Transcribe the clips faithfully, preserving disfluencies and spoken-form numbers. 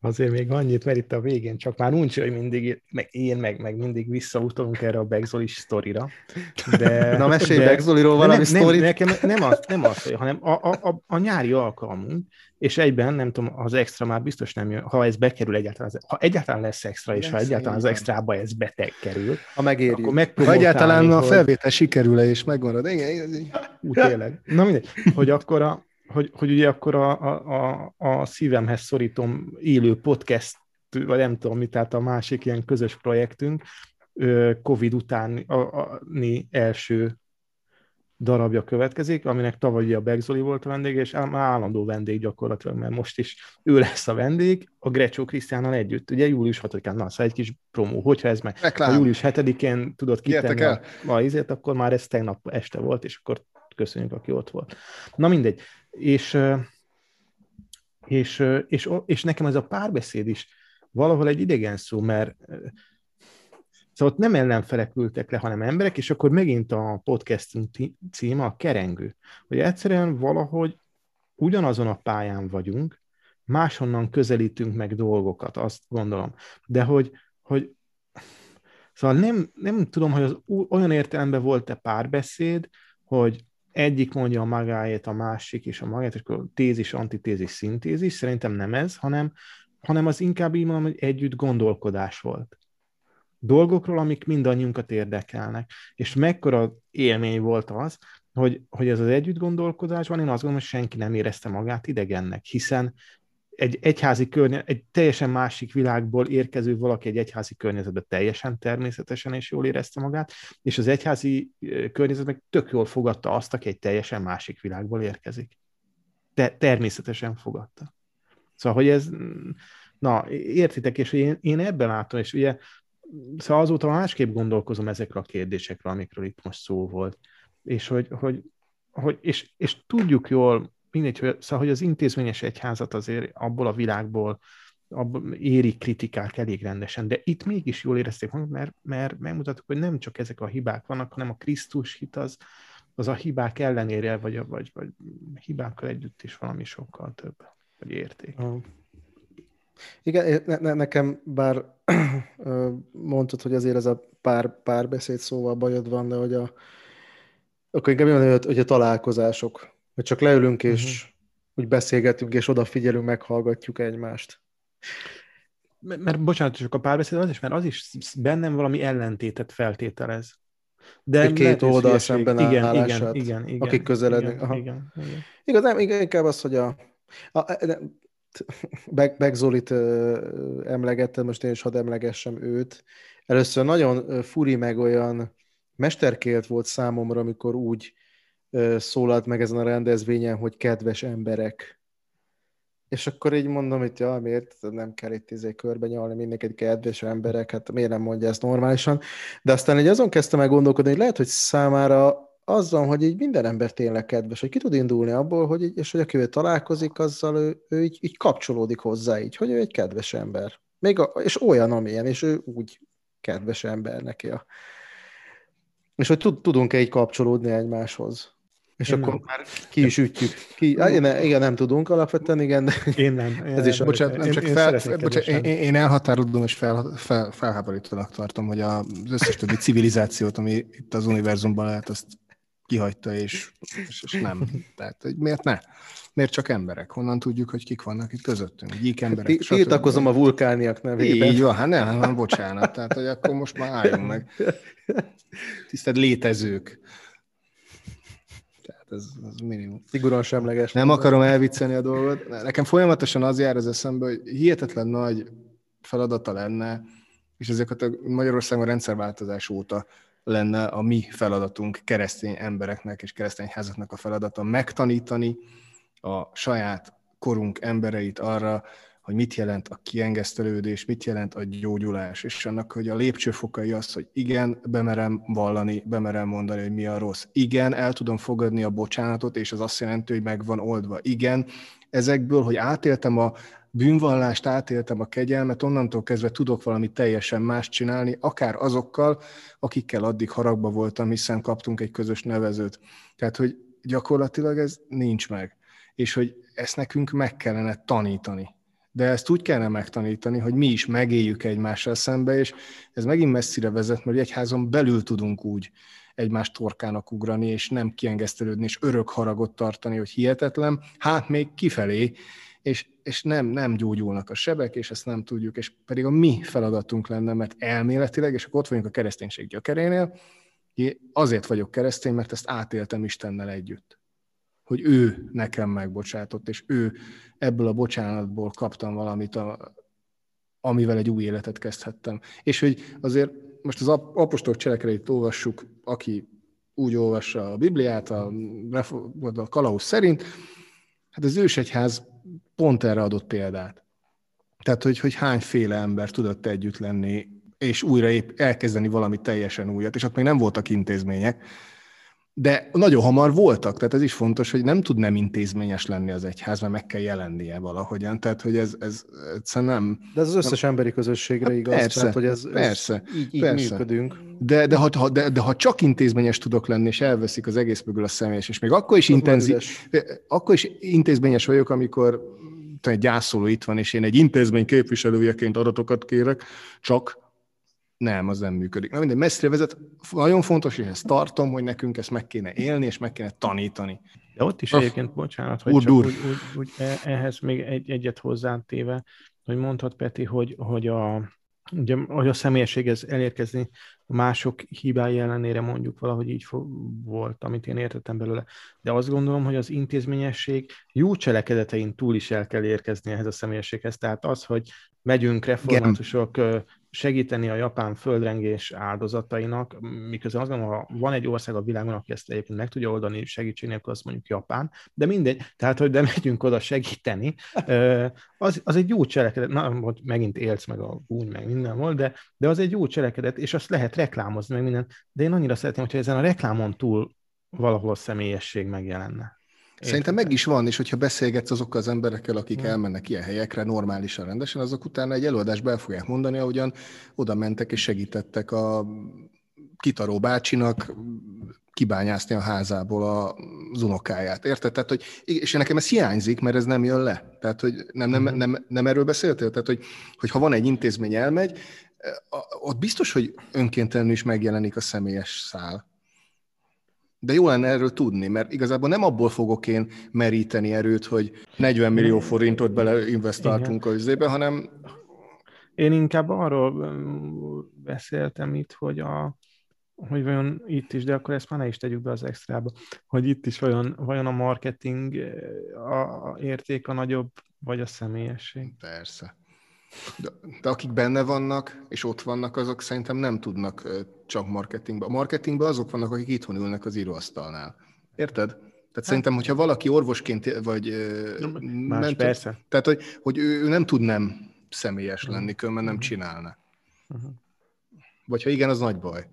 Azért még annyit, mert itt a végén csak már uncs, hogy mindig, meg én, meg, meg mindig visszautolunk erre a Begzolis sztorira. De, Na, mesélj de, Begzoliról de valami nem, nem, sztorit. nekem nem az, nem az, hanem a, a, a, a nyári alkalmunk, és egyben, nem tudom, az extra már biztos nem jön, ha ez bekerül egyáltalán, ha egyáltalán lesz extra, és Lesz, ha egyáltalán az van. extrába ez beteg kerül, Ha megéri. akkor Ha megpromotálni, egyáltalán a hogy... felvétel sikerül-e és megmarad. Igen, igen. Ú, tényleg. Na mindegy, hogy akkor a, hogy, hogy ugye akkor a, a, a, a szívemhez szorítom élő podcast, vagy nem tudom mi, tehát a másik ilyen közös projektünk, Covid utáni első darabja következik, aminek tavaly ugye a Begzoli volt a vendég, és állandó vendég gyakorlatilag, mert most is ő lesz a vendég, a Grecsó Krisztiánnal együtt. Ugye július hatodikán, na, szóval egy kis promó, hogyha ez meg, ha július hetedikén tudod kitenni a, a izét, akkor már ez tegnap este volt, és akkor köszönjük, aki ott volt. Na mindegy. És, és, és, és nekem ez a párbeszéd is valahol egy idegen szó, mert szóval ott nem ellenfelek ültek le, hanem emberek, és akkor megint a podcastunk címe a kerengő. Hogy egyszerűen valahogy ugyanazon a pályán vagyunk, máshonnan közelítünk meg dolgokat, azt gondolom. De hogy, hogy szóval nem, nem tudom, hogy az olyan értelemben volt-e párbeszéd, hogy egyik mondja a magáét, a másik és a magáét, és akkor tézis, antitézis, szintézis, szerintem nem ez, hanem, hanem az inkább így mondom, hogy együtt gondolkodás volt. Dolgokról, amik mindannyiunkat érdekelnek. És mekkora élmény volt az, hogy, hogy ez az együtt gondolkodásban én azt gondolom, hogy senki nem érezte magát idegennek, hiszen egy egyházi környezet, egy teljesen másik világból érkező valaki egy egyházi környezetben teljesen természetesen és jól érezte magát, és az egyházi környezetben tök jól fogadta azt, aki egy teljesen másik világból érkezik. Te, természetesen fogadta. Szóval, hogy ez, na, értitek, és én, én ebben látom, és ugye szóval azóta másképp gondolkozom ezekről a kérdésekről, amikről itt most szó volt. És, hogy, hogy, hogy, és, és tudjuk jól, mindegy, hogy, szóval, hogy az intézményes egyházat azért abból a világból abból érik kritikák elég rendesen, de itt mégis jól érezték magukat, mert, mert megmutattuk, hogy nem csak ezek a hibák vannak, hanem a Krisztus hit az, az a hibák ellenére, vagy, vagy, vagy hibákkal együtt is valami sokkal több, vagy érték. Igen, ne, ne, nekem bár mondtad, hogy azért ez a pár, párbeszéd szóval bajod van, de hogy a, akkor inkább jön, hogy a találkozások, hogy csak leülünk és uh-huh. úgy beszélgetünk, és odafigyelünk, meghallgatjuk egymást. Mert, mert bocsánat, csak a párbeszéd az is, mert az is bennem valami ellentétet feltételez. De egy két oldal szemben igen, állását, igen, igen, igen, akik közelednek. Igen, igen, igen. Igaz, nem, inkább az, hogy a, a Begzolit emlegettem, most én is hadd emlegessem őt. Először nagyon furi, meg olyan mesterkélt volt számomra, amikor úgy szólalt meg ezen a rendezvényen, hogy kedves emberek. És akkor így mondom, hogy ja, miért nem kell itt izé körbe nyalni mindenkit, kedves emberek, hát miért nem mondja ezt normálisan. De aztán így azon kezdtem el gondolkodni, hogy lehet, hogy számára azzal, hogy így minden ember tényleg kedves, hogy ki tud indulni abból, hogy így, és hogy akivel találkozik, azzal ő, ő így, így kapcsolódik hozzá így, hogy ő egy kedves ember. Még a, és olyan, amilyen, és ő úgy kedves ember neki. A... És hogy tud, tudunk-e így kapcsolódni egymáshoz. És én akkor nem. Már ki is ütjük. Ki, ah, igen, igen, nem tudunk alapvetően, igen. De én nem. Én ez is, bocsánat, nem, csak én, fel, fel, bocsánat, én, én elhatárolódom és fel, fel, felháborítónak tartom, hogy az összes többi civilizációt, ami itt az univerzumban lehet, azt kihagyta, és, és, és nem. Tehát, hogy miért ne? Miért csak emberek? Honnan tudjuk, hogy kik vannak itt közöttünk? Gyík emberek. Tiltakozom a vulkániak nevében. Így van, hát nem, nem, bocsánat. Tehát, hogy akkor most már álljunk meg. Tisztelt létezők. Tehát ez, ez minimum. Szigorúan semleges. Nem akarom elviccelni a dolgot. Nekem folyamatosan az jár az eszembe, hogy hihetetlen nagy feladata lenne, és ezeket a Magyarországon rendszerváltozás óta lenne a mi feladatunk, keresztény embereknek és keresztény házaknak a feladata megtanítani a saját korunk embereit arra, hogy mit jelent a kiengesztelődés, mit jelent a gyógyulás, és annak, hogy a lépcsőfokai az, hogy igen, bemerem vallani, bemerem mondani, hogy mi a rossz. Igen, el tudom fogadni a bocsánatot, és az azt jelenti, hogy meg van oldva. Igen, ezekből, hogy átéltem a bűnvallást, átéltem a kegyelmet, onnantól kezdve tudok valami teljesen más csinálni, akár azokkal, akikkel addig haragba voltam, hiszen kaptunk egy közös nevezőt. Tehát, hogy gyakorlatilag ez nincs meg. És hogy ezt nekünk meg kellene tanítani. De ezt úgy kellene megtanítani, hogy mi is megéljük egymással szembe, és ez megint messzire vezet, mert egyházon belül tudunk úgy egymás torkának ugrani, és nem kiengesztelődni, és örök haragot tartani, hogy hihetetlen, hát még kifelé, és, és nem, nem gyógyulnak a sebek, és ezt nem tudjuk, és pedig a mi feladatunk lenne, mert elméletileg, és akkor ott vagyunk a kereszténység gyökerénél, én azért vagyok keresztény, mert ezt átéltem Istennel együtt. Hogy ő nekem megbocsátott, és ő ebből a bocsánatból kaptam valamit, a, amivel egy új életet kezdhettem. És hogy azért most az apostolok cselekedeteit olvassuk, aki úgy olvassa a Bibliát, a, a Kalauz szerint, hát az ősegyház pont erre adott példát. Tehát, hogy, hogy hányféle ember tudott együtt lenni, és újra épp elkezdeni valami teljesen újat, és ott még nem voltak intézmények, de nagyon hamar voltak, tehát ez is fontos, hogy nem tud nem intézményes lenni az egyház, mert meg kell jelennie valahogyan, tehát hogy ez, ez egyszerűen nem... De ez az összes nem, emberi közösségre hát igaz, persze, tehát hogy ez, persze, ez így, így persze. működünk. De, de, ha, de, de ha csak intézményes tudok lenni, és elveszik az egész mögül a személyes, és még akkor is, intenzív, akkor is intézményes vagyok, amikor egy gyászoló itt van, és én egy intézmény képviselőjeként adatokat kérek, csak nem, az nem működik. Na mindegy, messzire vezet, nagyon fontos, és ezt tartom, hogy nekünk ezt meg kéne élni, és meg kéne tanítani. De ott is egyébként, bocsánat, hogy Úr, csak úr. úgy, úgy, úgy ehhez még egy, egyet hozzátéve, hogy mondhat Peti, hogy, hogy, a, ugye, hogy a személyességhez elérkezni mások hibái ellenére mondjuk valahogy így volt, amit én értettem belőle. De azt gondolom, hogy az intézményesség jó cselekedetein túl is el kell érkezni ehhez a személyességhez. Tehát az, hogy megyünk reformátusok segíteni a japán földrengés áldozatainak, miközben azt gondolom, ha van egy ország a világon, aki ezt egyébként meg tudja oldani segítség nélkül, azt mondjuk Japán, de mindegy, tehát, hogy de megyünk oda segíteni, az, az egy jó cselekedet, na, megint élsz meg a gúny, meg minden volt, de, de az egy jó cselekedet, és azt lehet reklámozni, meg minden, de én annyira szeretném, hogyha ezen a reklámon túl valahol a személyesség megjelenne. Szerintem meg is van, és hogyha beszélgetsz azokkal az emberekkel, akik elmennek ilyen helyekre normálisan, rendesen, azok utána egy előadásba el fogják mondani, ahogyan oda mentek és segítettek a kitaró bácsinak kibányászni a házából az unokáját. Érted? Tehát, hogy, és nekem ez hiányzik, mert ez nem jön le. Tehát, hogy nem, nem, nem, nem erről beszéltél? Tehát, hogy, hogy ha van egy intézmény, elmegy, ott biztos, hogy önkéntelenül is megjelenik a személyes szál. De jó lenne erről tudni, mert igazából nem abból fogok én meríteni erőt, hogy negyven millió forintot beleinvestáltunk a üzébe, hanem... Én inkább arról beszéltem itt, hogy, a, hogy vajon itt is, de akkor ezt már ne is tegyük be az extrába, hogy itt is vajon, vajon a marketing a érték a nagyobb, vagy a személyesség. Persze. De, de akik benne vannak, és ott vannak, azok szerintem nem tudnak csak marketingbe. A marketingben azok vannak, akik itthon ülnek az íróasztalnál. Érted? Tehát hát, szerintem, hogyha valaki orvosként, vagy... Más, mentor, persze. Tehát, hogy, hogy ő, ő nem tud nem személyes lenni, különben nem csinálna. Uh-huh. Vagy ha igen, az nagy baj.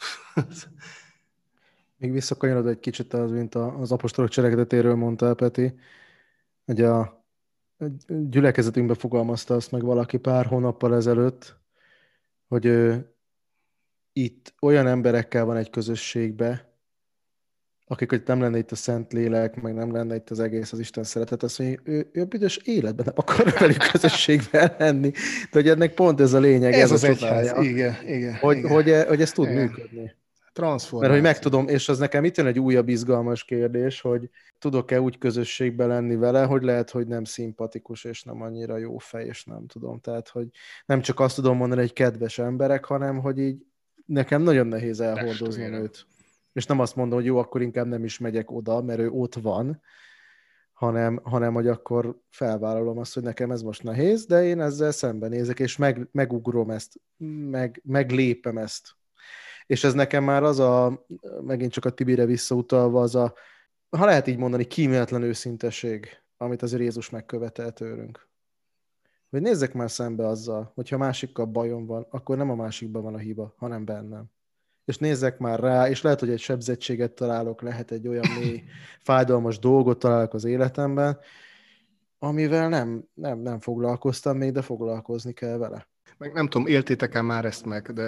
Még visszakanyarodva egy kicsit az, mint az apostolok cselekedetéről mondta Peti, hogy a gyülekezetünkben fogalmazta azt meg valaki pár hónappal ezelőtt, hogy ő, itt olyan emberekkel van egy közösségbe, akik, hogy nem lenne itt a Szentlélek, meg nem lenne itt az egész az Isten szeretet, azt mondja, ő, ő büdös életben nem akar velük közösségben lenni. De hogy ennek pont ez a lényeg. Ez, ez az a egyház, igen, igen. Hogy, igen. Hogy, hogy ez tud igen. működni. Transformáció. Mert hogy megtudom, és az nekem itt jön egy újabb izgalmas kérdés, hogy tudok-e úgy közösségben lenni vele, hogy lehet, hogy nem szimpatikus, és nem annyira jó fej, és nem tudom. Tehát, hogy nem csak azt tudom mondani, hogy kedves emberek, hanem, hogy így nekem nagyon nehéz elhordoznom őt. És nem azt mondom, hogy jó, akkor inkább nem is megyek oda, mert ő ott van, hanem, hanem hogy akkor felvállalom azt, hogy nekem ez most nehéz, de én ezzel szembenézek, és meg, megugrom ezt, meg, meglépem ezt. És ez nekem már az a, megint csak a Tibire visszautalva, az a, ha lehet így mondani, kíméletlen őszintesség, amit azért Jézus megkövetel tőlünk. Hogy nézzek már szembe azzal, hogyha másikkal bajom van, akkor nem a másikban van a hiba, hanem bennem. És nézzek már rá, és lehet, hogy egy sebzettséget találok, lehet egy olyan mély, fájdalmas dolgot találok az életemben, amivel nem, nem, nem foglalkoztam még, de foglalkozni kell vele. Meg nem tudom, éltétek-e már ezt meg, de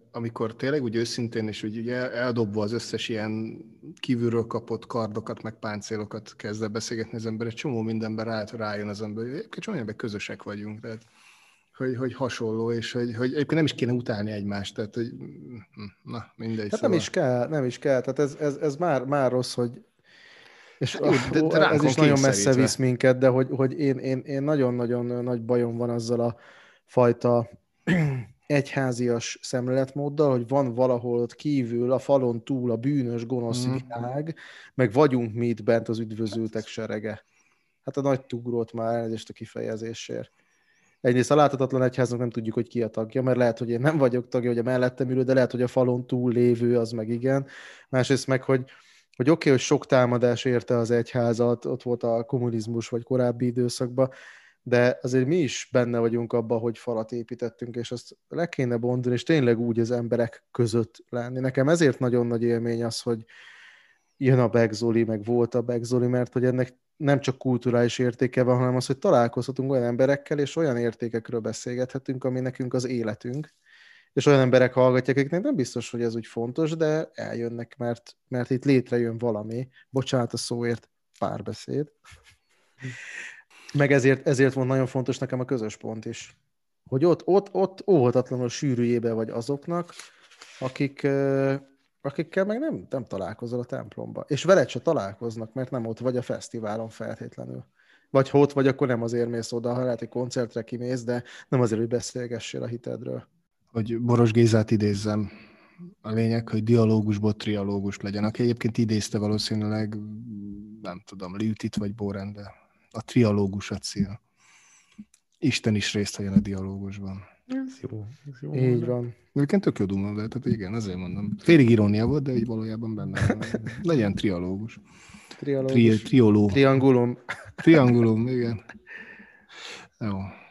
amikor tényleg úgy őszintén, és úgy ugye eldobva az összes ilyen kívülről kapott kardokat, meg páncélokat kezd el beszélgetni az ember, egy csomó mindenben rá, rájön az ember, hogy egyébként csomó mindenben közösek vagyunk, tehát hogy, hogy hasonló, és hogy, hogy egyébként nem is kéne utálni egymást, tehát hogy na, mindegy. Hát szóval... nem is kell, nem is kell, tehát ez, ez, ez már, már rossz, hogy és hát jó, de, de ez is nagyon messze visz minket, de hogy, hogy én, én, én nagyon-nagyon nagy bajom van azzal a fajta egyházias szemléletmóddal, hogy van valahol ott kívül, a falon túl a bűnös, gonosz mm. világ, meg vagyunk mi itt bent az üdvözültek serege. Hát a nagy tugrót már elnézést a kifejezésért. Egyrészt a láthatatlan egyháznak nem tudjuk, hogy ki a tagja, mert lehet, hogy én nem vagyok tagja, hogy a mellettem ülő, de lehet, hogy a falon túl lévő az meg igen. Másrészt meg, hogy hogy oké, okay, hogy sok támadás érte az egyházat, ott volt a kommunizmus vagy korábbi időszakban, de azért mi is benne vagyunk abban, hogy falat építettünk, és azt le kéne bontani, és tényleg úgy az emberek között lenni. Nekem ezért nagyon nagy élmény az, hogy jön a Beck Zoli, meg volt a Beck Zoli, mert hogy ennek nem csak kulturális értéke van, hanem az, hogy találkozhatunk olyan emberekkel, és olyan értékekről beszélgethetünk, ami nekünk az életünk, és olyan emberek hallgatják, akiknek nem biztos, hogy ez úgy fontos, de eljönnek, mert, mert itt létrejön valami. Bocsánat a szóért, párbeszéd. Meg ezért, ezért volt nagyon fontos nekem a közös pont is. Hogy ott, ott, ott óhatatlanul sűrűjébe vagy azoknak, akik, akikkel meg nem, nem találkozol a templomba. És veled se találkoznak, mert nem ott vagy a fesztiválon feltétlenül. Vagy ha ott vagy, akkor nem azért mész oda, ha lehet, hogy koncertre kimész, de nem azért, hogy beszélgessél a hitedről. Hogy Boros Gézát idézzem. A lényeg, hogy dialógusból trialógus legyen. Aki egyébként idézte valószínűleg, nem tudom, Lütit vagy Bórend, de a trialógus a cél. Isten is részt vegyen a dialógusban. Ez jó. Ez jó. Így van. Egyébként tök jó dumom, de tehát igen, azért mondom. Félig irónia volt, de így valójában benne van. Legyen trialógus. Trialógus. Tri- trioló. Triangulum. Triangulum, igen. Jó.